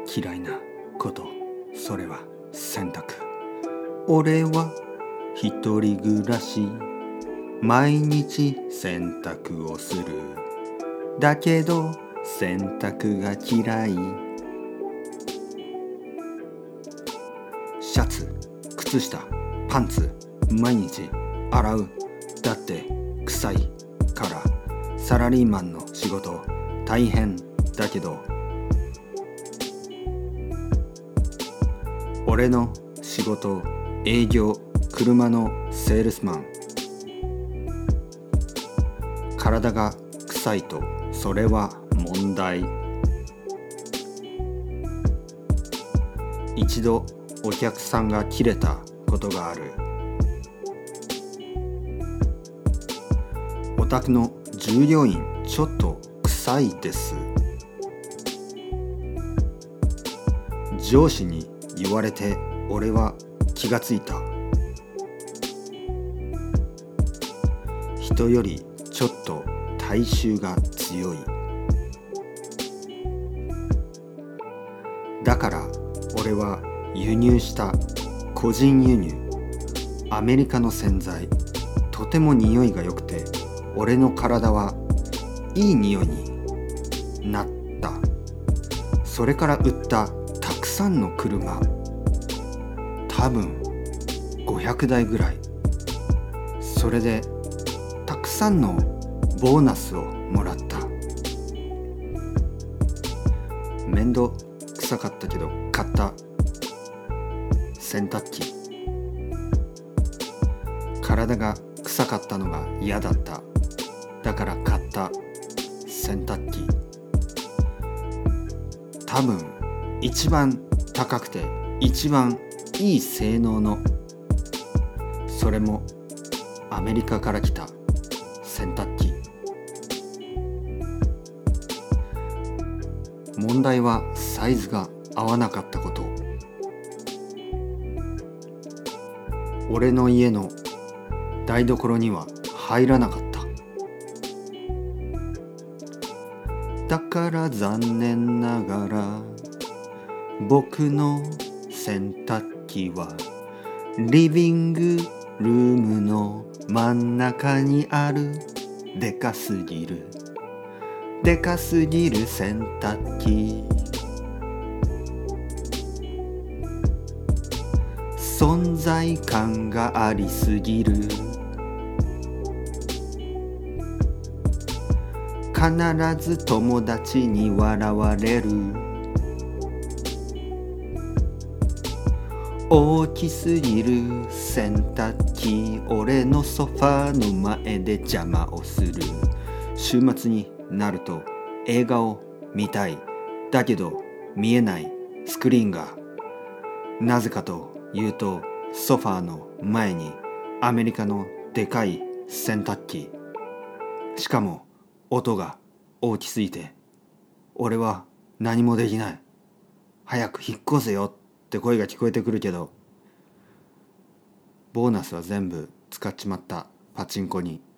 嫌いなこと、それは洗濯。俺は一人暮らし、毎日洗濯をする。だけど洗濯が嫌い。シャツ、靴下、パンツ、毎日洗う。だって臭いから。サラリーマンの仕事大変だけど、俺の仕事、営業、車のセールスマン。体が臭いとそれは問題。一度お客さんが切れたことがある。お宅の従業員ちょっと臭いです。上司に言われて俺は気がついた。人よりちょっと体臭が強い。だから俺は輸入した個人輸入アメリカの洗剤、とても匂いが良くて俺の体はいい匂いになった。それから売ったたくさんの車、多分500台ぐらい。それでたくさんのボーナスをもらった。面倒くさかったけど買った洗濯機。体が臭かったのが嫌だった。だから買った洗濯機。多分一番高くて一番いい性能の、それもアメリカから来た洗濯機。問題はサイズが合わなかったこと。俺の家の台所には入らなかった。だから残念ながら僕の洗濯機はリビングルームの真ん中にある。でかすぎる洗濯機。存在感がありすぎる。必ず友達に笑われる。大きすぎる洗濯機、俺のソファーの前で邪魔をする。週末になると映画を見たい。だけど見えないスクリーンが。なぜかというとソファーの前にアメリカのでかい洗濯機。しかも音が大きすぎて俺は何もできない。早く引っ越せよって声が聞こえてくるけど、ボーナスは全部使っちまった。パチンコに。